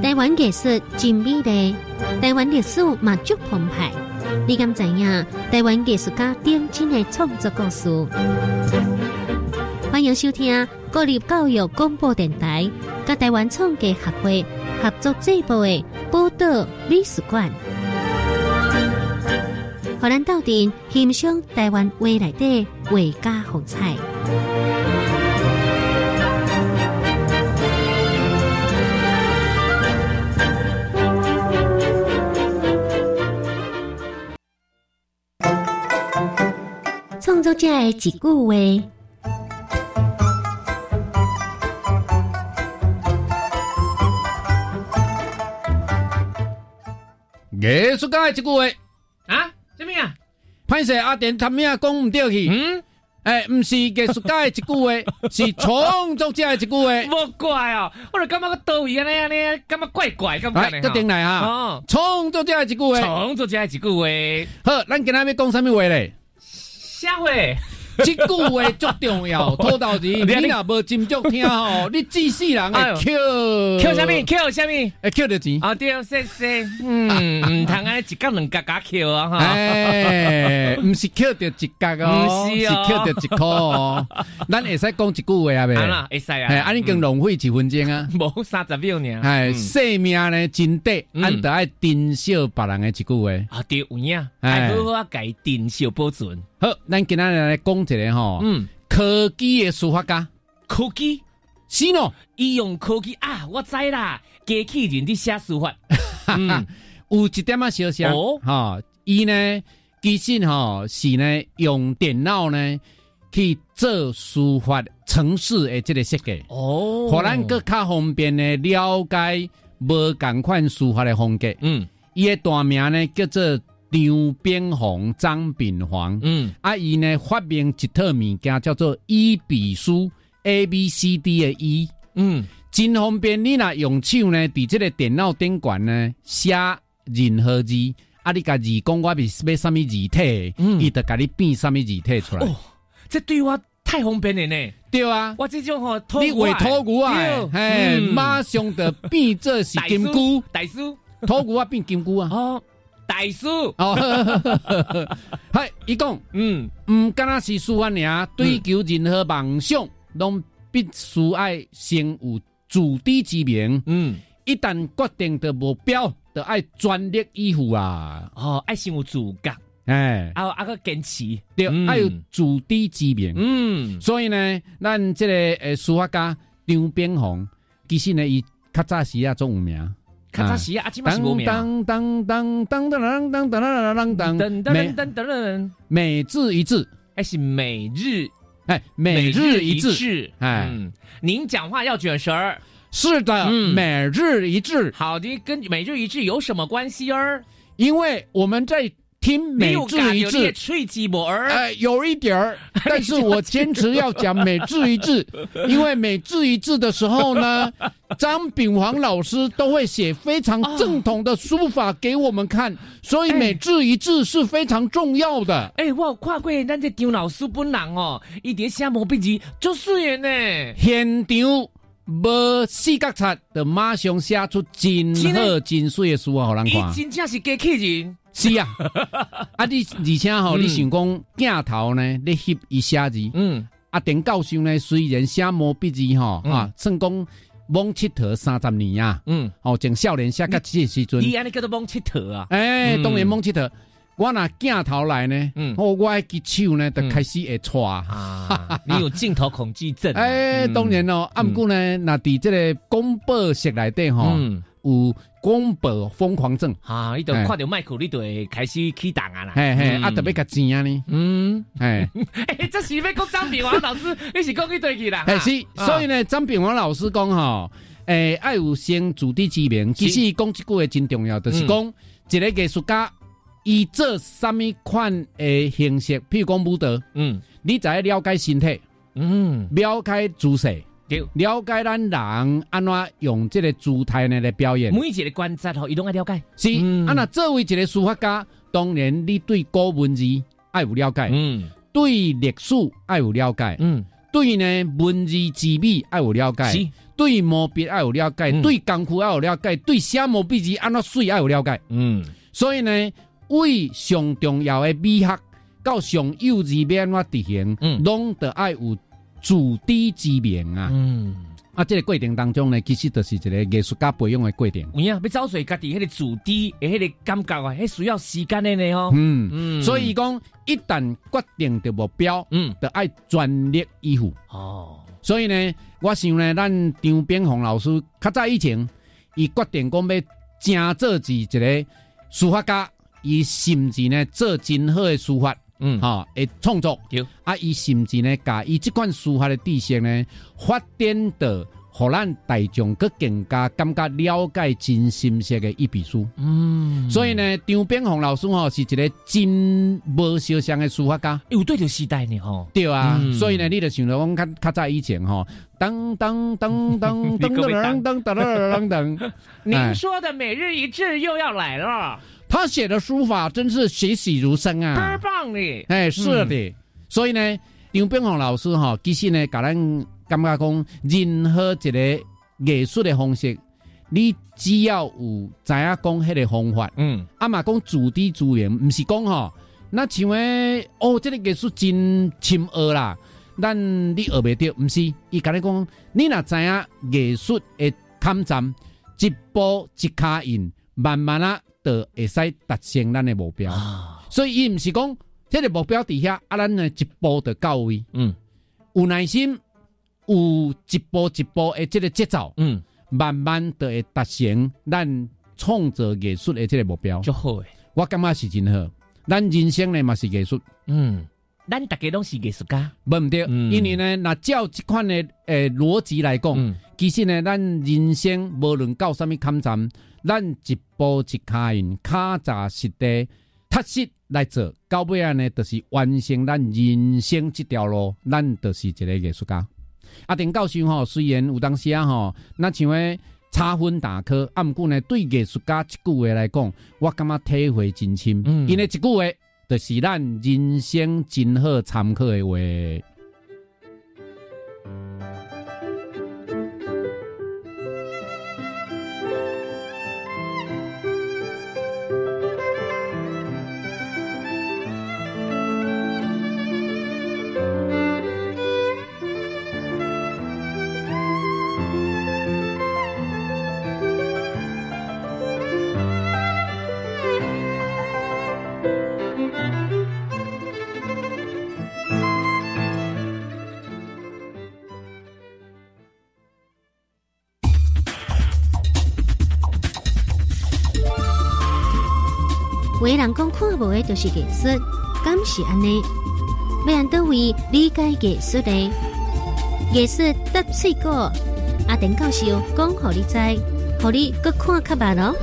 台湾艺术真美丽，台湾历史嘛足澎湃。你敢知影台湾艺术家顶真的创作故事？欢迎收听国立教育广播电台甲台湾创价学会合作制播的《宝岛美术馆》，互咱斗阵欣赏台湾话内底画家风采。创作者的一句话。 艺术家的一句话啊？什么啊？ 歹势阿田他名讲唔对去。不是艺术家的一句话，是创作者的一句话。 无怪哦，我就感觉个倒位安尼，感觉怪怪，感觉呢。 来，定来哈。 哦， 创作者的一句话。 创作者的一句话。 好，咱今仔要讲什么话咧？ 啥话？ 这句话足重要，土豆子，你若无斟酌听吼，你记死人会扣啥物？扣啥物？ 会扣着钱。 啊对，谢。唔通安尼一角两角角扣啊哈。 唔是扣着一角哦，是扣着一箍哦。咱会使讲一句话啊袂？ 啊，会使啊。 安尼更浪费1分钟啊。 无30秒尔。生命呢真短，咱得爱珍惜别人的一句话。 啊对，有影，爱好好啊，家珍惜保存。 好，咱今仔来讲一个吼，科技的书法家， 科技是喏， 伊用科技啊，我知啦，机器人伫写书法， 有一点仔小像哦，伊呢其实吼是呢用电脑呢去做书法程式的这个设计，互咱更较方便的了解无同款书法的风格，伊的大名呢叫做张炳宏、张炳煌，伊呢发明一套物件叫做一笔书 ABCD 的一，真方便。你若用手呢，伫这个电脑顶管呢写任何字，你甲字讲我要什么字体，伊就甲你变什么字体出来。 哦，这对我太方便了呢。对啊， 我这种吼， 你画土牛啊，马上就变做是金龟， 大叔， 土牛啊变金龟啊。 哦。大叔哦，嗨，伊讲，唔敢若是书法尔，追求任何梦想，拢必须爱先有自知之明。一旦决定的目标，就爱全力以赴啊！ 哦，爱先有自觉，个坚持， 对，爱有自知之明。所以呢，咱这个书法家张炳宏，其实呢，伊较早时啊，总有名。 较早时啊，即嘛是无名。 每字一字， 还是每日？ 每日一字。 您讲话要卷舌儿。 是的，每日一字。 好的，跟每日一字有什么关系儿？ 因为我们在听每字一字，有一点儿，但是我坚持要讲每字一字，因为每字一字的时候呢，张炳煌老师都会写非常正统的书法给我们看，所以每字一字是非常重要的。 我有看过咱这张老师本人哦，伊伫写毛笔字足水的呢， 现场。无四角擦，就马上写出真好真水的书啊，互人看。 伊真正是机器人。 是啊，你而且吼，你想讲镜头呢，你翕伊写字，田教授呢，虽然写毛笔字吼，算讲蒙七头30年啊，从少年写到这个时阵， 你安尼叫做蒙七头啊？ 当然蒙七头。我拿镜头来呢，我的只手呢就开始会喘。 你有镜头恐惧症？ 当然咯。不过呢，那伫这个广播室内底吼，有广播疯狂症。 你就看到麦克，你就会开始起动啊啦。 特别甲钱啊呢。 这是要讲张炳煌老师，你是讲去对去啦？ 是，所以呢，张炳煌老师讲吼，爱有先自知之明。其实讲这句话真重要，就是讲一个艺术家。伊做什么款的形式？譬如讲舞蹈，你才了解身体，了解姿势，了解咱人安怎用这个姿态呢来表演。 每一个关节吼，伊拢爱了解。 是，那作为一个书法家，当然你对古文字爱有了解，对历史爱有了解， 对呢文字字美要有了解，对毛笔要有了解，对工具要有了解，对写毛笔字安怎水要有了解。所以呢，为上重要的美学到上幼稚要安怎执行，拢得爱有自知之明啊。这个过程当中呢，其实就是一个艺术家培养的过程。 有影，要找出家己迄个自知的迄个感觉啊，迄需要时间的呢吼。 所以讲，一旦决定的目标，就爱全力以赴。所以呢，我想呢，咱张炳宏老师较早以前，伊决定讲要正做一个书法家，伊甚至呢做真好的书法。的创作，伊甚至呢，把伊这款书法的知识呢，发展到，互咱大众更加感觉了解真深刻的一笔书。所以呢，张炳宏老师是一个真无相像的书法家， 有对着时代呢吼。 对啊，所以呢，你就想到我较早以前噔噔噔噔噔噔噔噔噔， 您说的每日一字又要来了。 他写的书法真是栩栩如生啊， 倍棒的。 是的。所以呢，张炳宏老师其实呢，给咱感觉讲，任何一个艺术的方式，你只要有知影讲迄个方法，嘛讲自知之明，不是讲那像这个艺术真深奥啦，咱你学袂到，不是，伊跟你讲，你若知影艺术的坎站，一步一脚印，慢慢啊。会使达成咱的目标，所以伊唔是讲这个目标底下咱呢一步就到位，有耐心，有一步一步的这个节奏，慢慢就会达成咱创造艺术的这个目标。 就好诶， 我感觉是真好。咱人生呢嘛是艺术， 咱大家都是艺术家， 唔对，因为呢，那照这款的逻辑来讲，其实呢，咱人生无论到什么坎站。咱一步一脚印，脚踏实地，踏实来做，到尾啊呢，就是完成咱人生这条路，咱就是一个艺术家。丁教授虽然有当时那像差分大科，不过呢，对艺术家这句话来讲，我感觉体会真深。因为这句话就是咱人生真好参考的话。 有的人讲看无的就是艺术，敢是安尼？要按倒位理解艺术的？艺术搭水果，丁教授讲互你知，互你搁看较捌咯。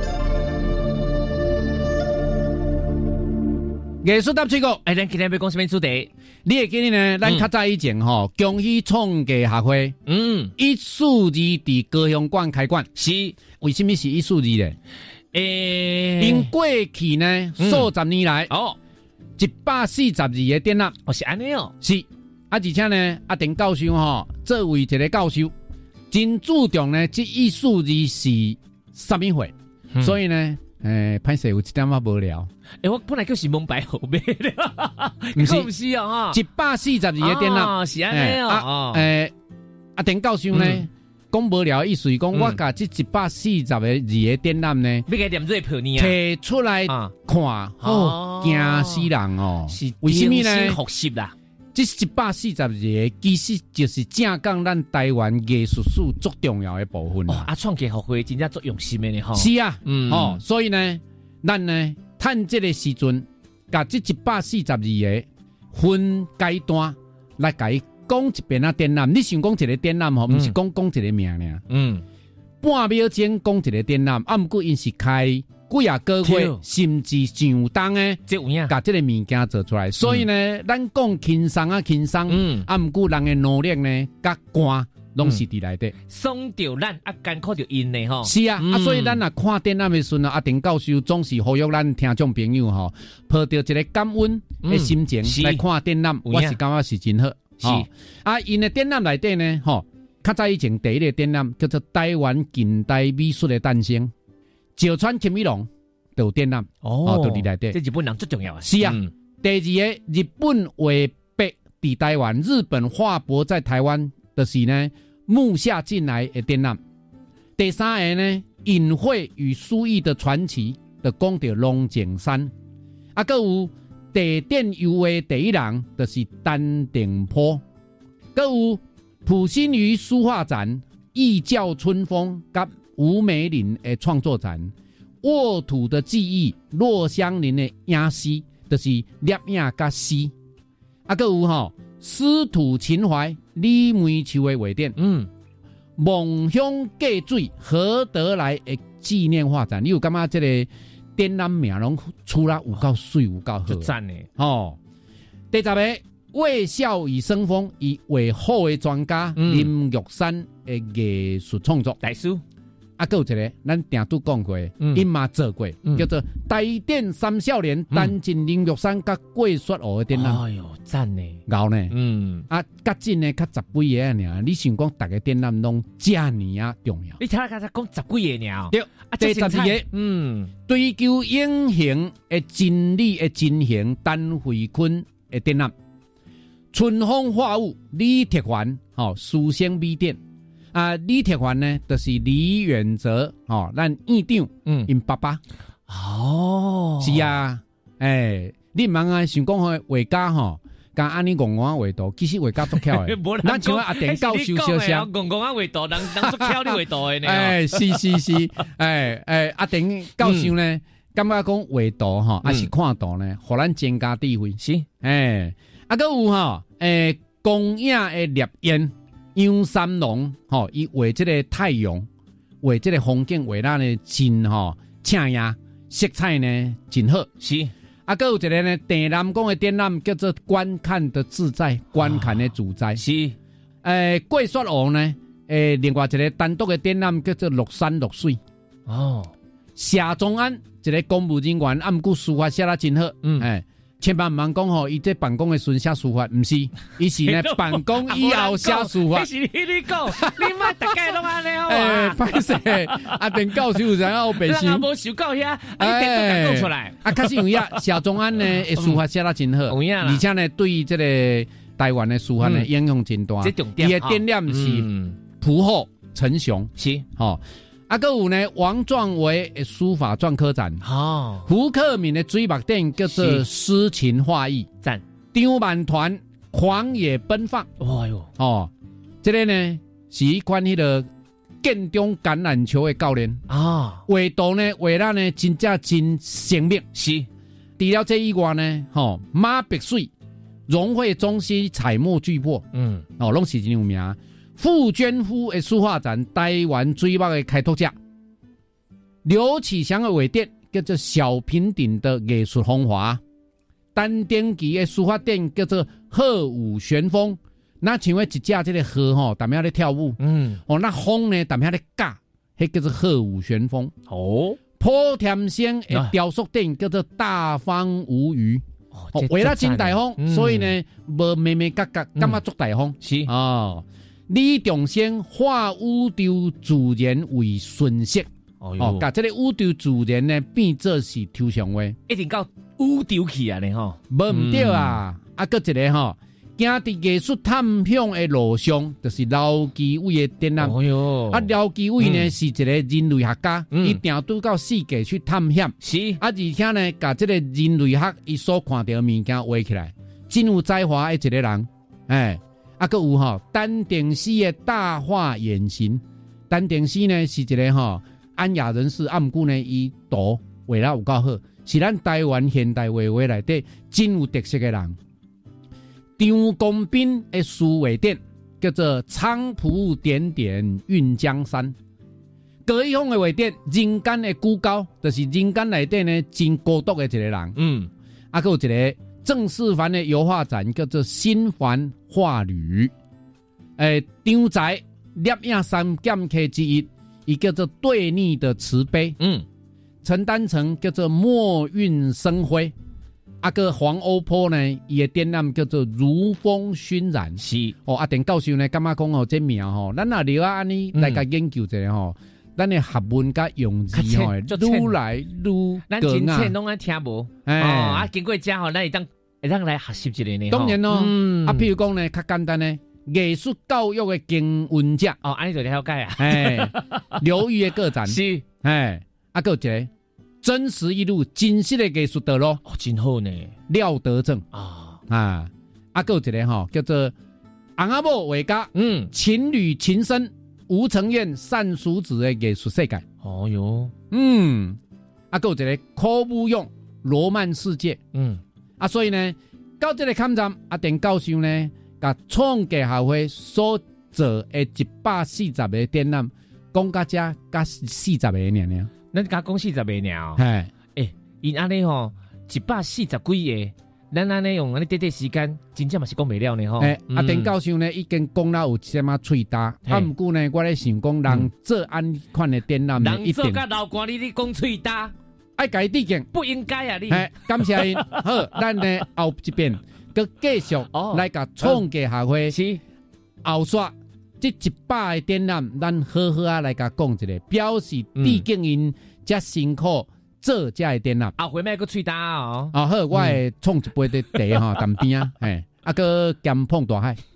艺术搭水果， 咱今天要讲什么主题？ 你会记得呢？咱较早以前恭喜创艺协会，艺术字伫高雄馆开馆， 是为什么是艺术字呢？因过去呢，数十年来，142个展览， 是安尼是而且呢，丁教授作为一个教授，真注重呢，这艺术字是什么货，所以呢，歹势有一点仔无聊。 我本来就是蒙白后面的，不是啊 ，142个展览， 是安尼丁教授呢？讲无聊的意思是讲，我甲这142个展览呢， 要给点做票呢， 摕出来看，惊死人哦！ 是为什么呢？ 学习啦， 这142个其实就是正讲咱台湾艺术史最重要的部分啦。 创艺学会真正做用心的呢， 是啊，所以呢，咱呢，趁这个时阵，甲这142个分阶段来解。讲一遍啊展览，你想讲一个展览不是讲一个名尔。半秒钟讲一个展览，不过因是开几啊个月，甚至上当的，把这个物件做出来。所以呢，咱讲轻松啊轻松，不过人的努力呢，甲肝拢是伫内底。 爽着咱艰苦着因呢是啊，所以咱看展览的时候，丁教授总是呼吁咱听众朋友抱着一个感恩的心情来看展览，我是感觉是真好。 是因的展览内底呢，较早以前第一个展览叫做台湾近代美术的诞生，石川金美郎就有展览就伫内底。 这日本人最重要啊。 是啊，第二个日本画笔伫台湾，日本画博在台湾就是呢木下进来的展览。第三个呢，隐晦与书意的传奇，就讲到龙井山。还有地点优的第一人，就是丹顶坡。还有埔心鱼书画展、异教春风跟吴美玲的创作展。沃土的记忆、落香林的影诗，就是摄影甲诗。还有师徒情怀李梅树的画展。梦乡隔水何得来的纪念画展，你有感觉这个展览名拢出来有够水有够好， 就赞呢。 第10个微笑与生风，以为好的专家林玉山的艺术创作大师。 还有一个咱定都讲过，因嘛做过，叫做台电三少年单进林玉山甲桂雪湖的展览。 哎呦，赞呢， 牛呢，较近呢，较10几个尔。你想讲大家展览拢这呢啊重要？ 你听他讲10几个尔。 对，第12个，追求永恒的真理的真形，单慧坤的展览。春风化物李铁环，书生美典。李铁环呢，就是李远哲，咱院长，因爸爸。是啊，你茫啊想讲画家甲安尼戆戆画图，其实画家足巧的。咱像阿田教授小声， 戆戆画图，人足巧你画图的呢。 是，阿田教授呢，感觉讲画图还是看图呢，互咱增加智慧。 是， 还有光影的烈焰。杨三龙，伊画这个太阳，画这个风景，画咱呢真请呀，色彩呢真好。 是， 还有一个呢，地南宫的展览叫做观看的自在，观看的主宰。 是， 桂雪湖呢，另外一个单独的展览叫做落山落水。谢宗安一个公务人员，毋过书法写得真好。千万唔通讲伊这办公的时阵写书法，唔是，伊是呢办公以后写书法。 是你讲，你莫大概拢安尼好啊？ 歹势，阿田教授有啥好白心？ 人无受教遐，你得讲出来。 确实有影，谢宗安呢，书法写得真好，而且呢，对这个台湾的书法呢影响真大。 这重点， 伊的展览是朴厚陈雄， 是还有呢，王壮维的书法篆刻展，胡克敏的水墨展叫做诗情画意展， 张曼团狂野奔放， 哎呦， 这个呢是一款迄个建中橄榄球的教练画图呢，画咱呢真正真生命。 是， 除了这以外呢，马碧水、融汇中西彩墨巨擘，拢是真有名。傅娟夫的书画展，台湾水墨的开拓者。刘启祥的画展叫做小平顶的艺术风华。丹顶基的书法展叫做鹤舞旋风。那像一只这个鹤踮遐咧跳舞，那风呢踮遐咧架，迄叫做鹤舞旋风。坡田生的雕塑展叫做大方无余。为了真大方，所以呢无咩咩角角，感觉足大方。 是李仲先画宇宙自然为瞬色，甲这个宇宙自然呢变作是抽象画， 一定到宇宙去啊！ 无唔对啊！搁一个行伫艺术探向的路上，就是廖基伟的展览。廖基伟呢是一个人类学家，伊定拄到世界去探险， 是而且呢，甲这个人类学伊所看到物件画起来，真有才华的一个人，还有丹顶溪的大话远行。丹顶溪呢是一个安雅人士，毋过呢伊图画得有够好，是咱台湾现代画画内底真有特色的人。张公斌的书画展叫做菖蒲点点运江山。葛一峰的画展人间的孤高，就是人间内底呢真孤独的一个人。还有一个郑世凡的油画展叫做新凡画旅。张才摄影三剑客之一，伊叫做对逆的慈悲。陈丹成叫做墨韵生辉。 个黄欧坡呢，伊的展览叫做如风熏染。 是哦，阿田教授呢，感觉讲哦，这名吼，咱若了安尼来甲研究一下吼，咱的学问甲用字吼，愈来愈咱真切拢爱听无。啊，经过遮吼，咱会当来学习一下呢。 当然咯，譬如讲呢，较简单呢，艺术教育的经文者。 哦，安尼就了解啊。 刘裕的个展是， 还有一个。真实一路真实的艺术道路哦，真好呢。 廖德正还有一个吼叫做翁仔某画家，情侣情深吴承彦善书子的艺术世界。 哦哟， 还有一个柯武勇罗曼世界。所以呢，到这个坎站，阿田教授呢，甲创价协会所做的140个展览，讲到这甲40个尔。 咱甲讲40个尔，因安尼吼140几个，咱安尼用安尼短时间，真正嘛是讲袂了呢吼。 阿田教授呢已经讲了有什么喙焦，毋过呢，我咧想讲，人做安款的展览， 人做甲老官你讲喙焦， 爱改致敬， 不应该啊你。 感谢因，好，咱呢后一遍，佮继续来甲创价协会是后刷。这100个展览，咱好好啊来甲讲一个，表示致敬因遮辛苦做遮个展览。 回麦个喙焦哦。 好，我会创一杯的茶哈，淡边啊，个咸碰大海。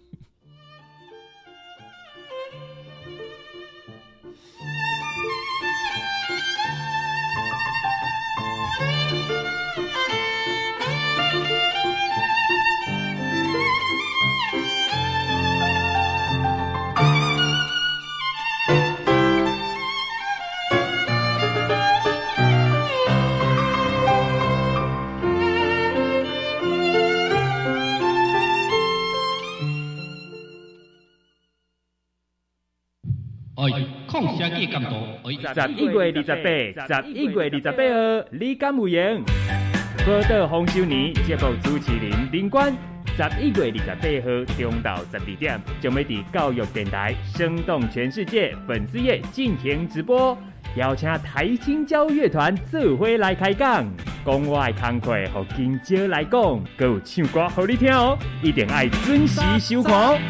创社记监督 11月28号，你敢有闲？报道丰收年节目主持人林冠，11月28号中昼12点，将要伫教育电台生动全世界粉丝页进行直播，邀请台青交乐团做伙来开讲，讲我的工课，互金蕉来讲，还有唱歌互你听哦，一定要准时收看。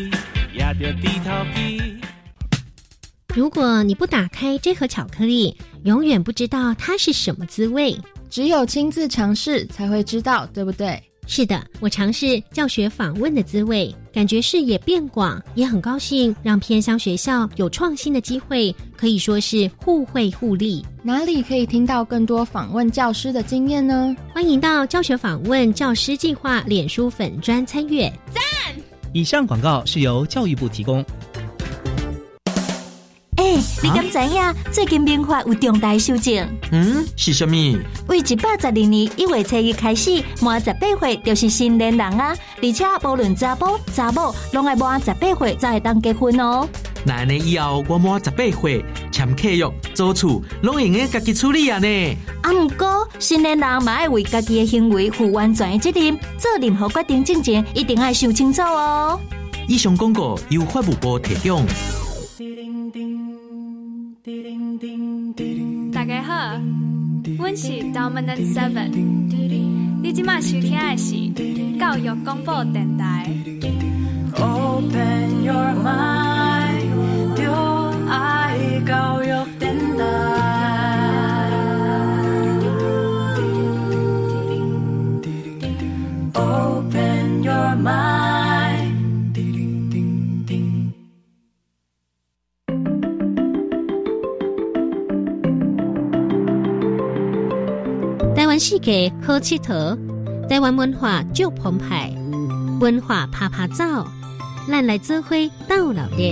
如果你不打开这盒巧克力，永远不知道它是什么滋味。 只有亲自尝试才会知道，对不对？ 是的，我尝试教学访问的滋味，感觉视野变广，也很高兴让偏乡学校有创新的机会，可以说是互惠互利。 哪里可以听到更多访问教师的经验呢？ 欢迎到教学访问教师计划脸书粉专参阅。 赞！以上广告是由教育部提供。 你敢知影最近民法有重大修正？ 是什么？ 为120年1月7日开始，满18岁就是成年人啊！而且无论查甫查某，拢要满18岁才会当结婚哦。 那安尼以后我满18岁，签契约、租厝，拢用个家己处理啊呢？ 不过成年人嘛要为家己的行为负完全的责任，做任何决定之前一定要想清楚哦。 以上广告由法务部提供。 大家好，我是 Dominant 7，你今麦收听的是教育广播电台。Open your mind， 就爱教育电台。Open your mind。 台湾世界好佚佗，台湾文化足澎湃，文化啪啪走，咱来做伙斗闹热。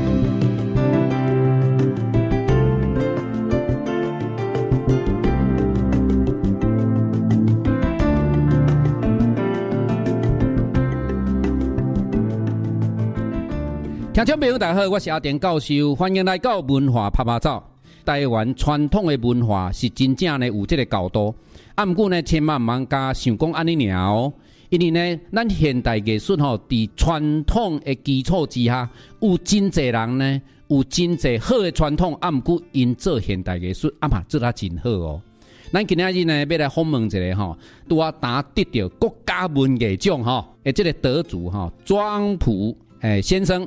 听众朋友大家好，我是阿田教授，欢迎来到文化啪啪走。台湾传统的文化是真正的有这个高度，不过呢，千万唔通加想讲安尼尔哦，因为呢，咱现代艺术吼，伫传统的基础之下，有真侪人呢，有真侪好的传统，不过因做现代艺术嘛做得真好哦。 咱今仔日呢要来访问一个吼，拄啊得到国家文艺奖吼，这个得主吼庄普先生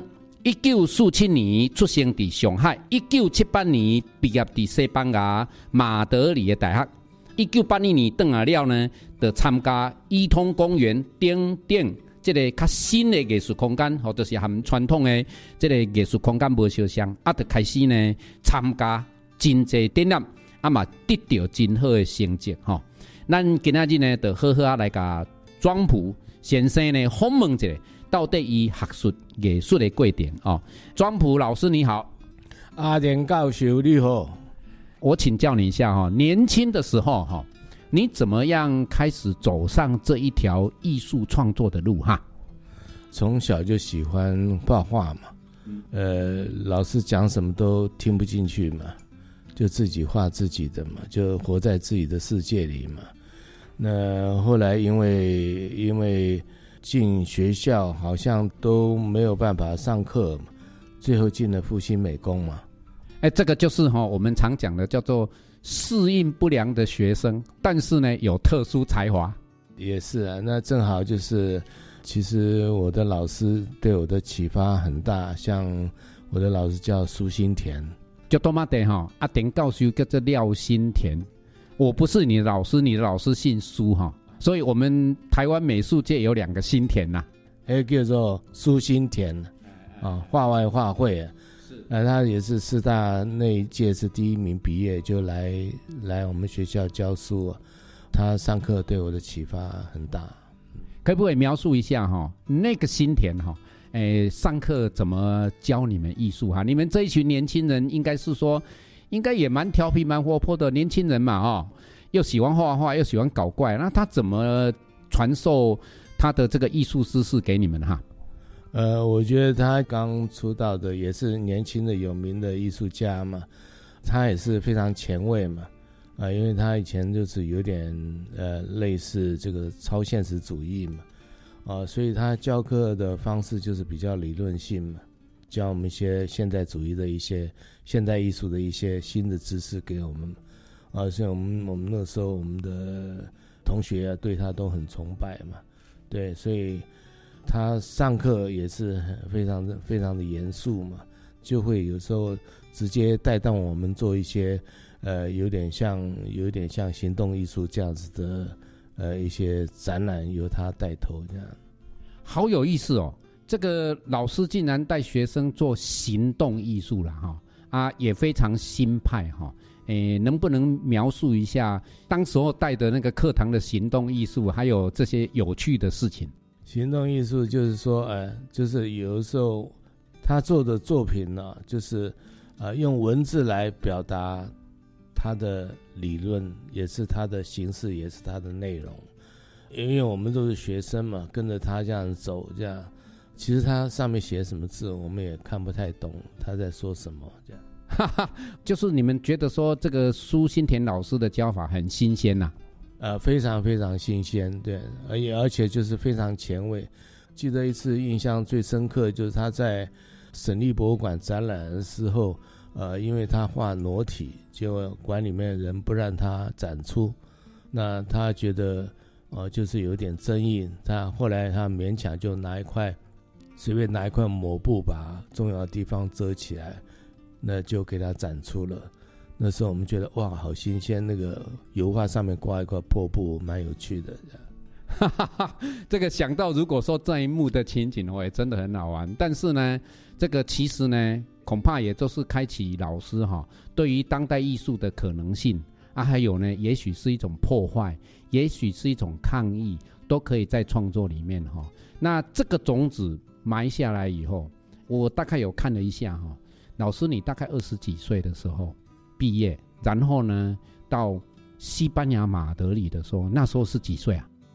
，1947年出生在上海，1978年毕业在西班牙马德里的大学，1982年回来了呢，就参加儿童公园等等这个较新的艺术空间，或者是和传统的这个艺术空间无相像，就开始呢参加真侪展览，嘛得到真好的成绩吼。咱今仔日呢，就好好来甲庄普先生呢访问一下，到底伊学术艺术的过程哦。庄普老师你好， 阿田教授你好， 我请教你一下哈，年轻的时候哈，你怎么样开始走上这一条艺术创作的路哈？ 从小就喜欢画画嘛，老师讲什么都听不进去嘛，就自己画自己的嘛，就活在自己的世界里嘛。那后来因为进学校好像都没有办法上课嘛，最后进了复兴美工嘛。 这个就是我们常讲的叫做适应不良的学生，但是呢有特殊才华。 也是啊，那正好就是其实我的老师对我的启发很大，像我的老师叫苏新田， 就多妈的阿田教授叫做廖新田。我不是你的老师，你的老师姓苏所以我们台湾美术界有2个新田呐， 叫做苏新田画外画会他也是师大那一届是第1名毕业，就来我们学校教书他上课对我的启发很大。 可不可以描述一下那个新田上课怎么教你们艺术你们这一群年轻人应该是说应该也蛮调皮蛮活泼的年轻人嘛又喜欢画画又喜欢搞怪，那他怎么传授他的这个艺术知识给你们我觉得他刚出道的也是年轻的有名的艺术家嘛，他也是非常前卫嘛因为他以前就是有点类似这个超现实主义嘛所以他教课的方式就是比较理论性嘛，教我们一些现代主义的一些现代艺术的一些新的知识给我们所以我们那时候我们的同学对他都很崇拜嘛，对，所以他上课也是非常的严肃嘛，就会有时候直接带动我们做一些有点像行动艺术这样子的一些展览，由他带头这样。 好有意思这个老师竟然带学生做行动艺术了也非常新派能不能描述一下当时候带的那个课堂的行动艺术，还有这些有趣的事情？ 行动艺术就是说就是有的时候他做的作品呢就是用文字来表达他的理论，也是他的形式，也是他的内容。因为我们都是学生嘛，跟着他这样走，这样其实他上面写什么字我们也看不太懂他在说什么这样。 就是你们觉得说这个苏新田老师的教法很新鲜非常非常新鲜，对，而且就是非常前卫。记得一次印象最深刻就是他在省立博物馆展览的时候因为他画裸体，结果馆里面的人不让他展出，那他觉得就是有点争议，后来他勉强就随便拿一块抹布把重要的地方遮起来，那就给他展出了。那时候我们觉得哇好新鲜，那个油画上面挂一块破布蛮有趣的这个想到如果说这一幕的情景也真的很好玩，但是呢这个其实呢恐怕也就是开启老师对于当代艺术的可能性还有呢也许是一种破坏，也许是一种抗议，都可以在创作里面那这个种子埋下来以后，我大概有看了一下老师你大概20几岁的时候毕业，然后呢到西班牙马德里的时候，那时候是几岁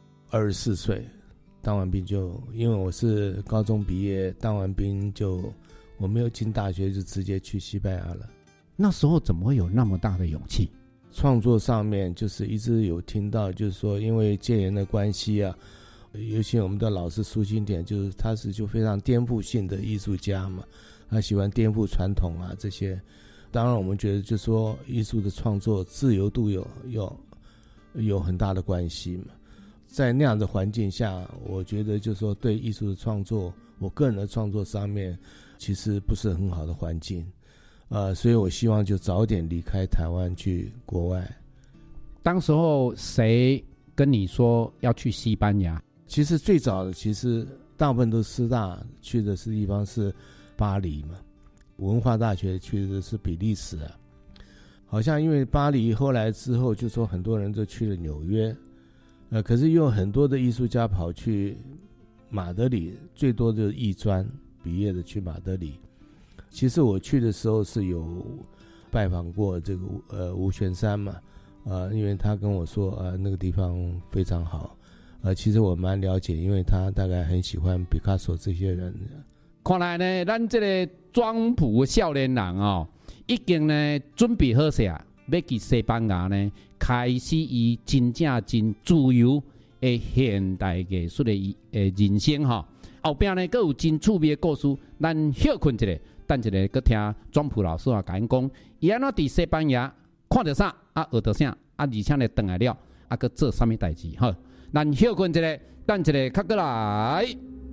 24岁当完兵，就因为我是高中毕业，当完兵就我没有进大学，就直接去西班牙了。 那时候怎么会有那么大的勇气？ 创作上面就是一直有听到，就是说因为戒严的关系尤其我们的老师苏新田，就是他是就非常颠覆性的艺术家嘛，他喜欢颠覆传统这些。当然我们觉得就是说艺术的创作自由度有很大的关系嘛。在那样的环境下，我觉得就是说对艺术的创作，我个人的创作上面其实不是很好的环境，所以我希望就早点离开台湾去国外。 当时候谁跟你说要去西班牙？ 其实最早的其实大部分都是师大去的是地方是巴黎嘛，文化大学去的是比利时啊。好像因为巴黎后来之后就说很多人都去了纽约，可是又有很多的艺术家跑去马德里，最多就是艺专毕业的去马德里。其实我去的时候是有拜访过这个吴玄山嘛，因为他跟我说那个地方非常好，其实我蛮了解，因为他大概很喜欢毕卡索这些人。 看来呢，咱这个庄普少年人哦，已经呢准备好势啊，要去西班牙呢，开始伊真正真自由的现代艺术的人生哈。后边呢，佫有真趣味的故事，咱休困一下，等一下佫听庄普老师啊甲因讲，伊安怎伫西班牙看到啥学到啥而且呢回来了佫做啥物代志哈。咱休困一下，等一下较过来。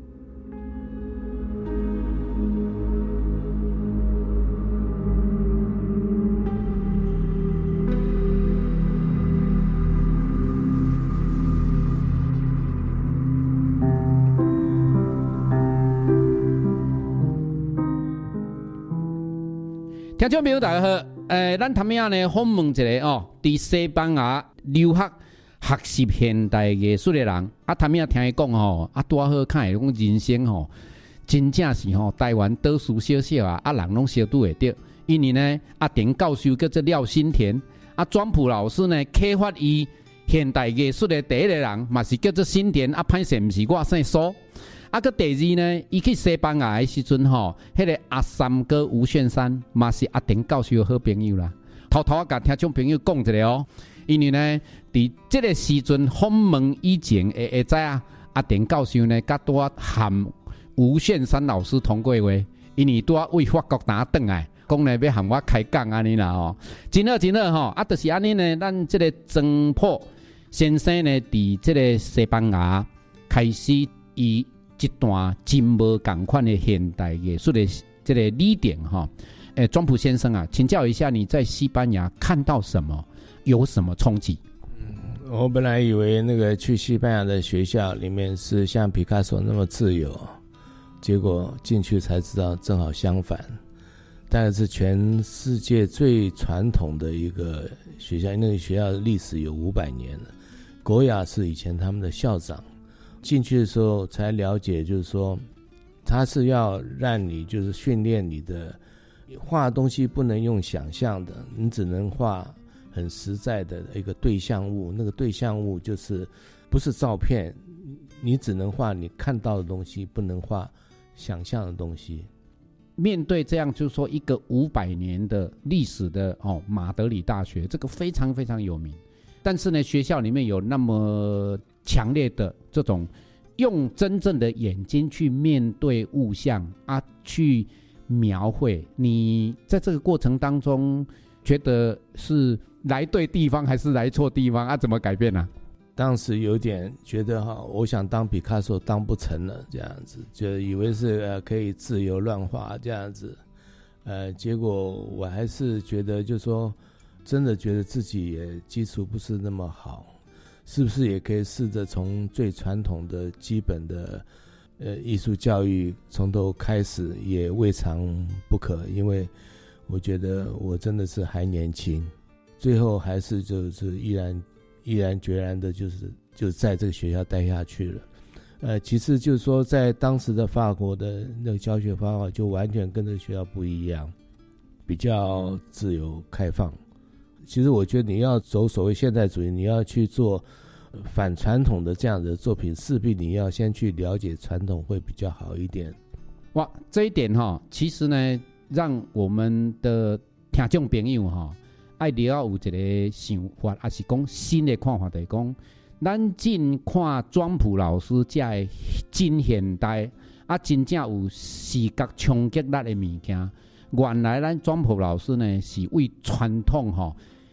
听众朋友大家好，咱头面呢访问一个哦，伫西班牙留学学习现代艺术的人，头面听伊讲吼，拄好看伊讲人生吼，真正是吼台湾倒数小小啊，人拢小拄会着。因为呢，田教授叫做廖新田，庄普老师呢启发伊现代艺术的第一个人，嘛是叫做新田，歹势毋是我姓苏。个第二呢，伊去西班牙的时阵吼，迄个阿三哥吴炫山嘛是田教授的好朋友啦。偷偷甲听众朋友讲一下哦，因为呢，伫这个时阵访问以前会知田教授呢，甲拄含吴炫山老师通过话，因为拄为法国打转来，讲呢要含我开讲安尼啦吼，真好真好吼，就是安尼呢，咱这个庄普先生呢，伫这个西班牙开始伊一段真无同款的现代艺术的这个理点哈。庄普先生啊，请教一下你在西班牙看到什么，有什么冲击？ 我本来以为那个去西班牙的学校里面是像毕卡索那么自由，结果进去才知道正好相反。大概是全世界最传统的一个学校，那个学校的历史有500年了。国雅是以前他们的校长。进去的时候才了解，就是说他是要让你就是训练你的画东西不能用想象的，你只能画很实在的一个对象物，那个对象物就是不是照片，你只能画你看到的东西，不能画想象的东西。 面对这样就是说一个500年的历史的马德里大学，这个非常非常有名，但是呢学校里面有那么强烈的这种用真正的眼睛去面对物象去描绘，你在这个过程当中觉得是来对地方还是来错地方怎么改变呢？ 当时有点觉得我想当毕卡索当不成了这样子，就以为是可以自由乱画这样子，结果我还是觉得就是说真的觉得自己也基础不是那么好，是不是也可以试着从最传统的基本的艺术教育从头开始，也未尝不可，因为我觉得我真的是还年轻，最后还是就是毅然决然的就在这个学校待下去了。其次就是说在当时的法国的那个教学方法就完全跟这个学校不一样，比较自由开放。其实我觉得你要走所谓现代主义，你要去做反传统的这样的作品，势必你要先去了解传统会比较好一点。 哇，这一点其实呢让我们的听众朋友爱了有一个想法，还是讲新的看法，就是讲咱真看庄普老师这的真现代真正有视觉冲击力的物件。原来咱庄普老师呢是为传统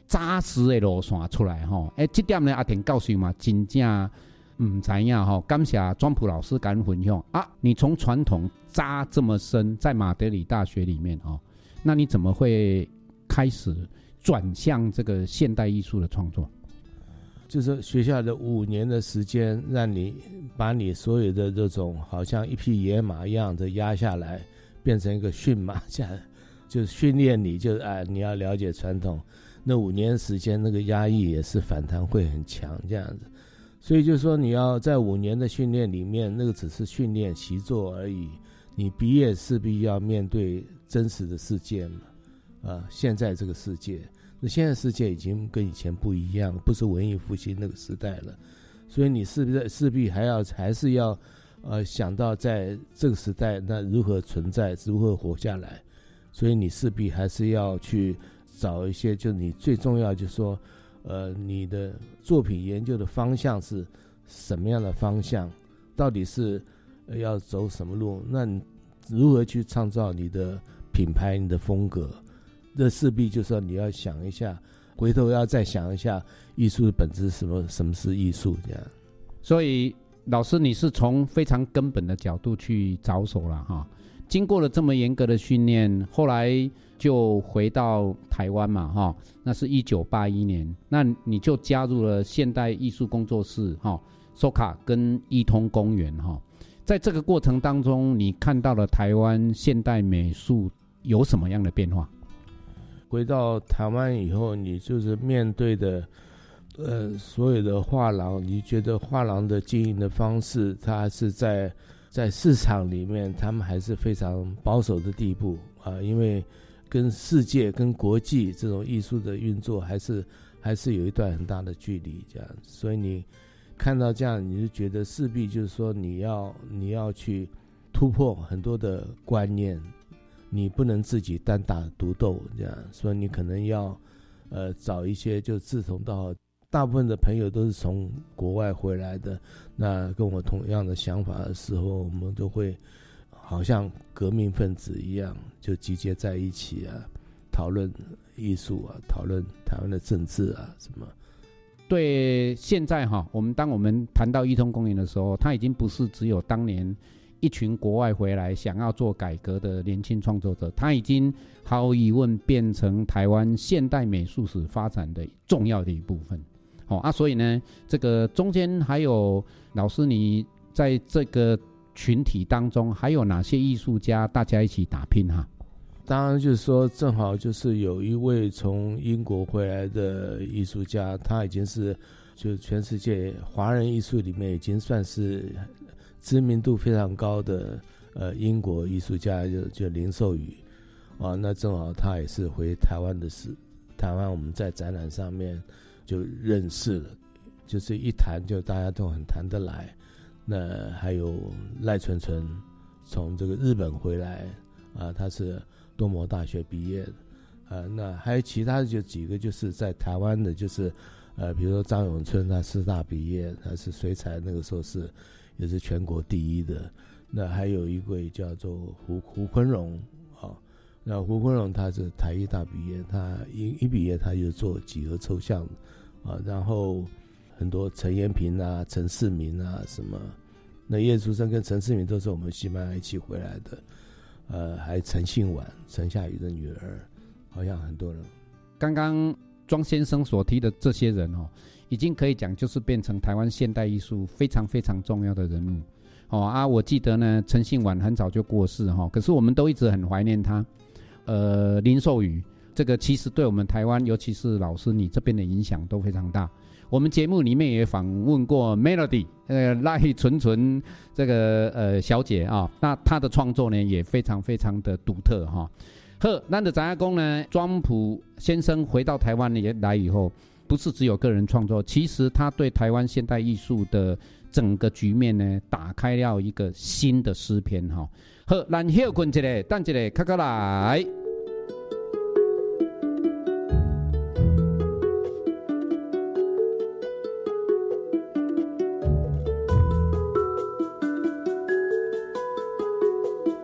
扎实的路线出来吼。这点呢，阿田教授嘛，真正唔知影吼。感谢庄普老师跟分享啊，你从传统扎这么深，在马德里大学里面哦，那你怎么会开始转向这个现代艺术的创作？ 就是学校的5年的时间，让你把你所有的这种好像一匹野马一样的压下来，变成一个驯马下来，就是训练你，就是你要了解传统。那5年时间，那个压抑也是反弹会很强这样子。所以就是说，你要在5年的训练里面，那个只是训练习作而已。你毕业势必要面对真实的世界嘛，现在这个世界。那现在世界已经跟以前不一样，不是文艺复兴那个时代了，所以你势必还是要想到在这个时代那如何存在，如何活下来，所以你势必还是要去找一些，就你最重要就是说你的作品研究的方向是什么样的方向，到底是要走什么路，那你如何去创造你的品牌，你的风格，这势必就是说你要想一下，回头要再想一下艺术的本质是什么是艺术这样。 所以老师你是从非常根本的角度去着手了哈。经过了这么严格的训练，后来就回到台湾嘛哈，那是1981年，那你就加入了现代艺术工作室哈，SOCA 跟一通公园哈。在这个过程当中，你看到了台湾现代美术有什么样的变化？ 回到台湾以后，你就是面对的所有的画廊，你觉得画廊的经营的方式，它是在市场里面他们还是非常保守的地步因为跟世界跟国际这种艺术的运作还是有一段很大的距离这样，所以你看到这样，你就觉得势必就是说你要去突破很多的观念，你不能自己单打独斗这样，所以你可能要找一些就志同道合，大部分的朋友都是从国外回来的，那跟我同样的想法的时候，我们都会好像革命分子一样，就集结在一起讨论艺术讨论台湾的政治什么。 对，现在当我们谈到一通公园的时候，它已经不是只有当年一群国外回来想要做改革的年轻创作者，它已经毫无疑问变成台湾现代美术史发展的重要的一部分。所以呢，这个中间还有老师你在这个群体当中还有哪些艺术家大家一起打拼哈？ 当然就是说正好就是有一位从英国回来的艺术家，他已经是就全世界华人艺术里面已经算是知名度非常高的英国艺术家，就林寿宇那正好他也是回台湾的事，台湾我们在展览上面就认识了，就是一谈就大家都很谈得来。那还有赖纯纯从这个日本回来他是多摩大学毕业的那还有其他的就几个就是在台湾的，就是比如说张永春，他师大毕业，他是水彩那个时候也是全国第一的。那还有一位叫做胡坤荣那胡坤荣他是台艺大毕业，他一毕业他就做几何抽象然后很多陈延平陈世民什么，那叶淑生跟陈世民都是我们西班牙一起回来的还陈信婉，陈夏宇的女儿，好像很多人。 刚刚庄先生所提的这些人已经可以讲就是变成台湾现代艺术非常非常重要的人物我记得呢，陈信婉很早就过世可是我们都一直很怀念他。林寿宇这个其实对我们台湾，尤其是老师你这边的影响都非常大。我们节目里面也访问过 Melody 赖纯纯这个小姐那她的创作呢也非常非常的独特好，咱的展讲呢，庄普先生回到台湾来以后，不是只有个人创作，其实他对台湾现代艺术的整个局面呢，打开了一个新的诗篇好，咱休困一下，等一下，卡来。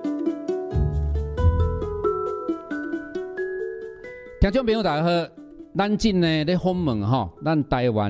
听众朋友大家好， 咱今呢咧访问咱台湾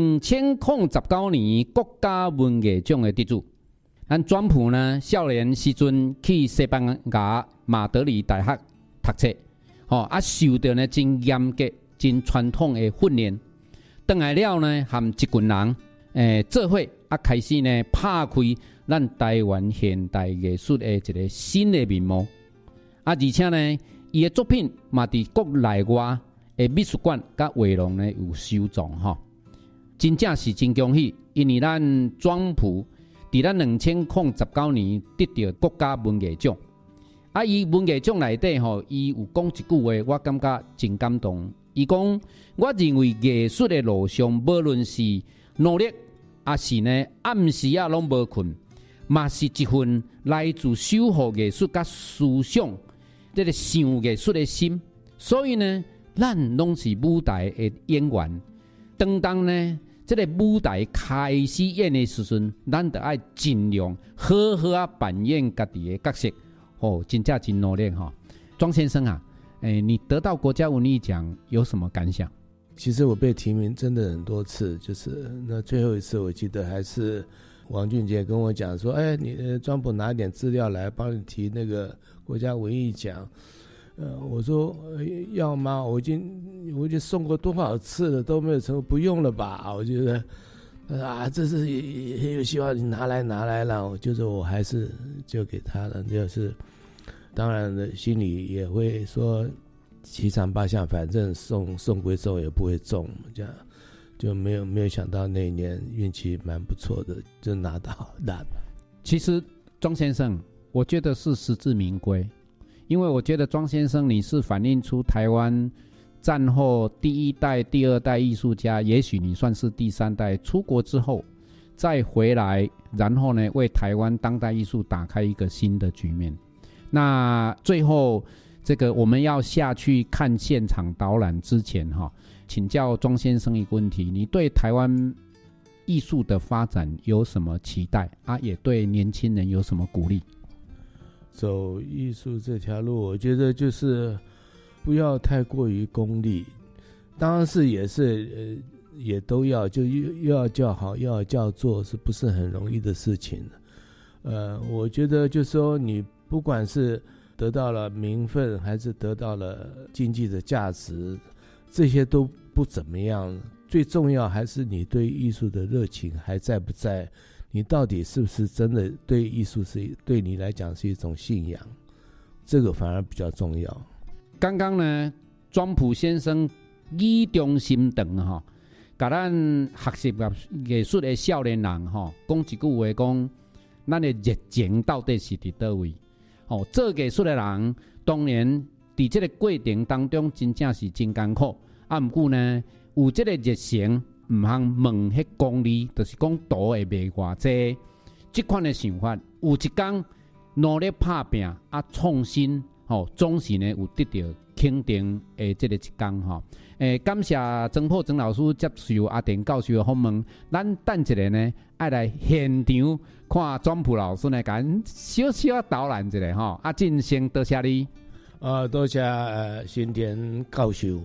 2019年国家文艺奖的得主，咱庄普呢少年时阵去西班牙马德里大学读册，受到呢真严格、真传统的训练，回来了呢，和一群人做伙开始呢拍开咱台湾现代艺术的一个新的面貌，而且呢，伊的作品嘛伫国内外的美术馆甲画廊呢有收藏真正是真恭喜，因为咱庄普伫咱2019年得到国家文艺奖，伊文艺奖内底伊有讲一句话，我感觉真感动。伊讲，我认为艺术的路上，无论是努力，还是呢暗时拢无困，嘛是一份来自守护艺术甲思想，这个想艺术的心。所以呢，咱拢是舞台的演员。当呢，这个舞台开始演的时阵，咱就要尽量好好扮演家己的角色。真正真努力庄先生啊。你得到国家文艺奖有什么感想？ 其实我被提名真的很多次，就是那最后一次我记得还是王俊杰跟我讲说，你庄普拿点资料来帮你提那个国家文艺奖。我说要吗？我已经送过多少次了都没有成功，不用了吧？我觉得这是也有希望，你拿来了，就是我还是就给他了，就是当然的心里也会说七上八下，反正送归送也不会中，这样就没有想到那一年运气蛮不错的，就拿到了。 其实庄先生，我觉得是实至名归，因为我觉得庄先生你是反映出台湾战后第一代、第二代艺术家，也许你算是第三代，出国之后再回来，然后呢为台湾当代艺术打开一个新的局面。那最后这个我们要下去看现场导览之前请教庄先生一个问题，你对台湾艺术的发展有什么期待也对年轻人有什么鼓励？ 走艺术这条路，我觉得就是不要太过于功利，当然是也都要，就又要叫好又要叫座，是不是很容易的事情？我觉得就是说你不管是得到了名分还是得到了经济的价值，这些都不怎么样，最重要还是你对艺术的热情还在不在，你到底是不是真的对艺术是对你来讲是一种信仰，这个反而比较重要。 刚刚呢庄普先生语重心长给咱学习艺术的少年人讲一句话，讲咱的热情到底是在哪位？做艺术的人当然在这个过程当中真正是真艰苦，不过呢有这个热情，唔通问迄功利，就是讲图会卖偌济。这款的想法，有一天努力打拼创新，总是呢有得到肯定的这个一天感谢曾破曾老师接受阿田教授的访问。咱等一下呢，爱来现场看庄普老师呢，甲咱小小导览一下阿进先多谢你。 多谢新田教授。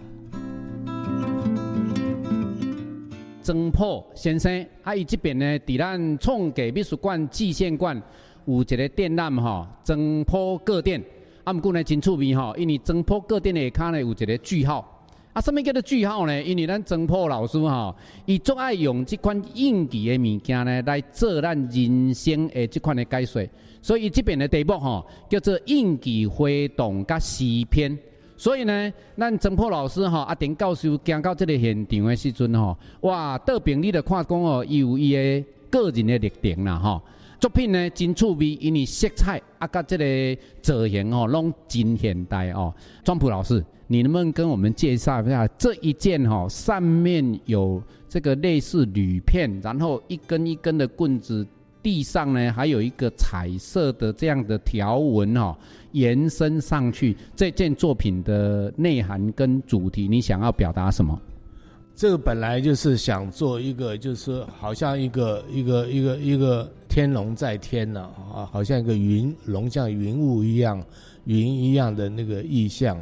曾破先生伊这边呢，伫咱创艺美术馆纪县馆有一个展览曾破个展。不过呢真趣味因为曾破个展的下骹呢有一个句号。什么叫做句号呢？因为咱曾破老师伊最爱用这款应记的物件呢，来做咱人生的这款的解说。所以这边的题目叫做应记活动甲诗篇。所以呢，咱曾破老师阿田教授行到这个现场的时阵哇，倒边你就看讲伊有伊的个人的历程啦作品呢真趣味，因为色彩甲这个造型拢真现代庄普老师，你能不能跟我们介绍一下这一件上面有这个类似铝片，然后一根一根的棍子，地上呢还有一个彩色的这样的条纹延伸上去，这件作品的内涵跟主题你想要表达什么？ 这个本来就是想做一个，就是好像一个天龙在天呢好像一个云龙像云雾一样，云一样的那个意象。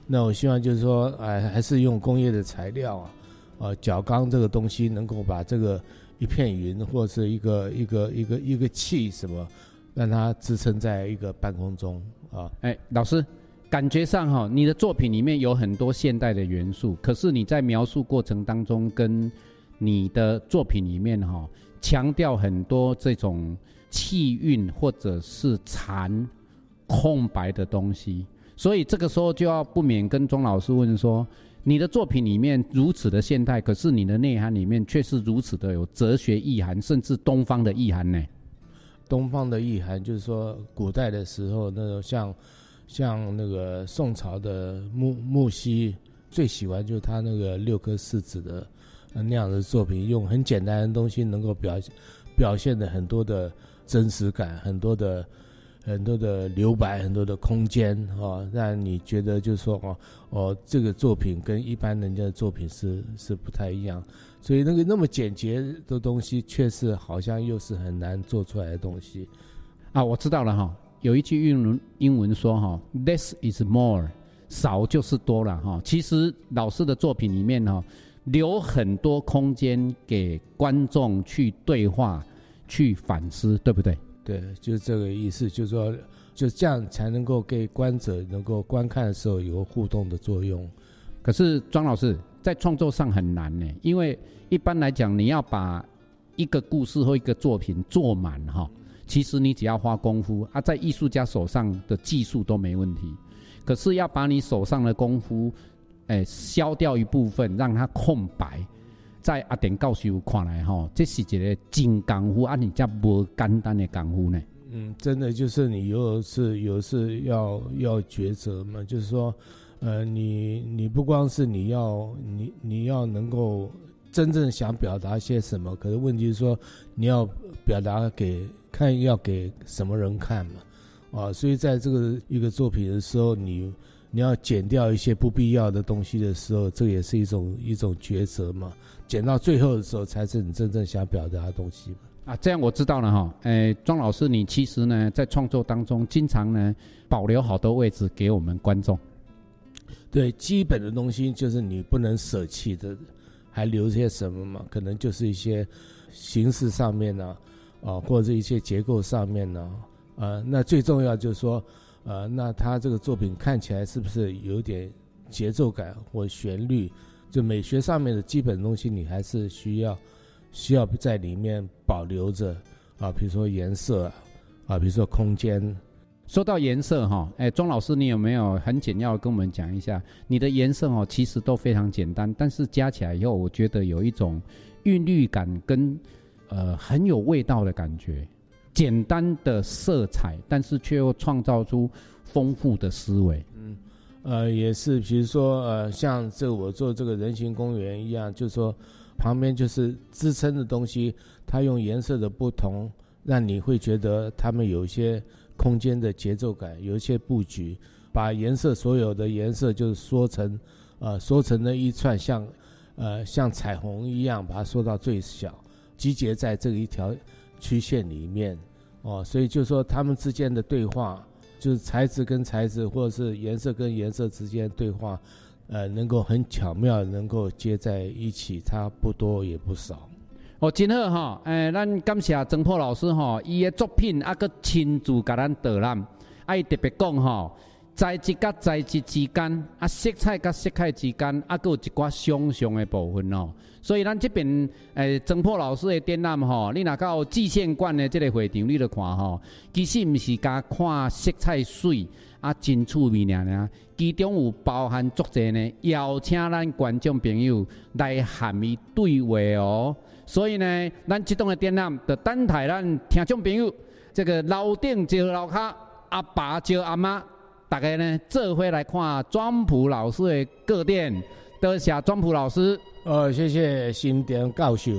那我希望就是说，还是用工业的材料角钢这个东西能够把这个一片云或是一个气什么，让它支撑在一个半空中啊。 老师，感觉上你的作品里面有很多现代的元素，可是你在描述过程当中，跟你的作品里面强调很多这种气韵或者是残空白的东西，所以这个时候就要不免跟钟老师问说，你的作品里面如此的现代，可是你的内涵里面却是如此的有哲学意涵，甚至东方的意涵呢？ 东方的意涵就是说，古代的时候那种像那个宋朝的木犀，最喜欢就是他那个6颗柿子的那样的作品，用很简单的东西能够表现的很多的真实感，很多的留白，很多的空间让你觉得就是说这个作品跟一般人家的作品是不太一样，所以那么简洁的东西，却是好像又是很难做出来的东西我知道了有一句英文说less is more， 少就是多了其实老师的作品里面留很多空间给观众去对话、去反思，对不对？ 对，就是这个意思，就是说，就这样才能够给观者能够观看的时候有互动的作用。 可是庄老师在创作上很难呢，因为一般来讲，你要把一个故事或一个作品做满其实你只要花功夫在艺术家手上的技术都没问题。可是要把你手上的功夫消掉一部分，让它空白，在阿典教授看来这是一个真功夫你才不简单的功夫呢。 真的就是你有事要抉择嘛，就是说你不光是你要能够真正想表达些什么，可是问题是说你要表达要给什么人看嘛所以在这个一个作品的时候，你要剪掉一些不必要的东西的时候，这也是一种抉择嘛。剪到最后的时候，才是你真正想表达的东西嘛。 这样我知道了庄老师，你其实呢在创作当中，经常呢保留好多位置给我们观众。 对，基本的东西就是你不能舍弃的，还留些什么嘛？可能就是一些形式上面或者一些结构上面那最重要就是说那他这个作品看起来是不是有点节奏感或旋律，就美学上面的基本东西你还是需要在里面保留着比如说颜色比如说空间。 说到颜色庄老师，你有没有很简要跟我们讲一下你的颜色其实都非常简单，但是加起来以后我觉得有一种韵律感跟很有味道的感觉，简单的色彩，但是却又创造出丰富的思维。 也是，比如说像这个我做这个人行公园一样，就是说旁边就是支撑的东西，它用颜色的不同，让你会觉得它们有一些空间的节奏感，有一些布局，把所有的颜色就是缩成了一串像彩虹一样，把它缩到最小，集结在这一条曲线里面所以就是说它们之间的对话，就是材质跟材质或者是颜色跟颜色之间的对话能够很巧妙能够接在一起，它不多也不少。 真好咱感谢曾破老师伊的作品还亲自给咱导览，特别讲材质跟材质之间色彩跟色彩之间还有一寡想象的部分所以咱这边曾破老师的展览你若到季县馆的这个会场你就看其实不是加看色彩水真趣味尔，其中有包含足侪呢邀请咱观众朋友来和伊对话所以呢咱这档的展览就等待咱听众朋友这个楼顶招楼下，阿爸招阿妈，大家呢做伙来看庄普老师的个展。多谢庄普老师。 谢谢新店教授。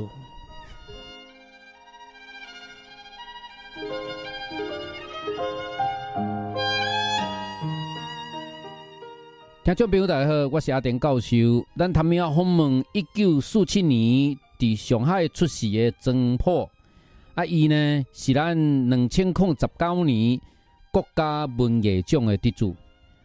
听众朋友大家好，我是阿田教授。咱他们要访问1947年在上海出世的曾普，伊呢是咱2019年国家文艺奖的得主。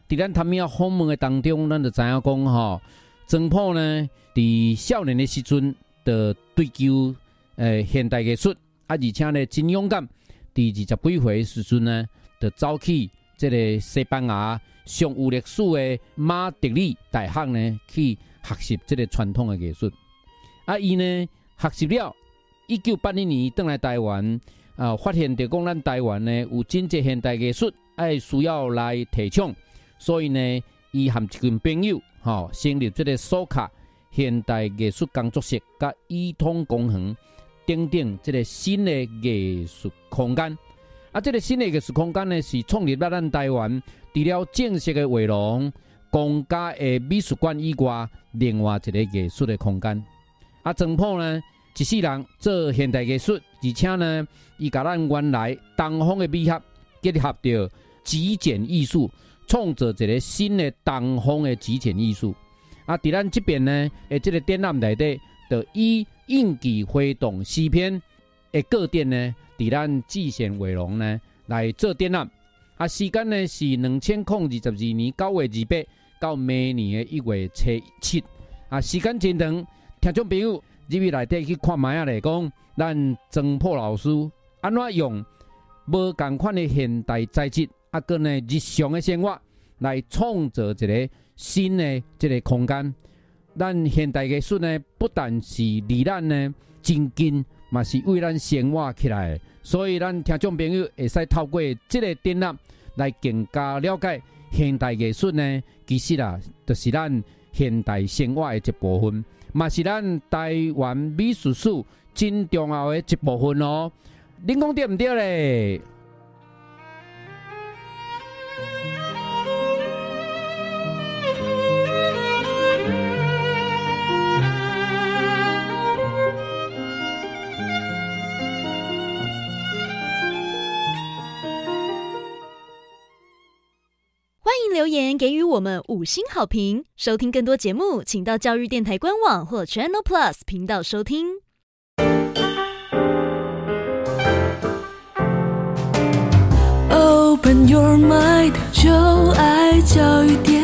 伫咱探命访问的当中，咱就知影讲吼，曾朴呢，伫少年的时阵就追求现代艺术，而且呢真勇敢。伫20几岁的时阵呢，就走去这个西班牙上有历史的马德里大学呢去学习这个传统的艺术。伊呢学习了，1981年回来台湾，发现到讲咱台湾呢有真济现代艺术，需要来提倡。所以呢，伊和一群朋友，成立这个苏卡现代艺术工作室，甲伊通工行，等等这个新的艺术空间。这个新的艺术空间呢，是创立在咱台湾，除了正式的画廊、公家的美术馆以外，另外一个艺术的空间。曾朴呢，一世人做现代艺术，而且呢，伊甲咱原来东方的美学结合到极简艺术。创造一个新的东方的极简艺术。伫咱这边呢，这个展览内底，就以应季挥动诗篇的个展呢，伫咱至善画廊呢来做展览。时间呢是2022年9月28到明年的1月7。时间真长，听众朋友入去内底去看卖咧，讲咱曾朴老师安怎用无同款的现代材质。跟呢日常的生活来创造一个新的这个空间。咱现代艺术呢，不但是离咱呢真近，嘛是为咱生活起来的。所以咱听众朋友会使透过这个展览来更加了解现代艺术呢，其实就是咱现代生活的一部分，嘛是咱台湾美术史真重要的一部分哦。恁讲对唔对咧？ 留言给予我们5星好评，收听更多节目，请到教育电台官网或 Channel Plus 频道收听。Open your mind， 就爱教育电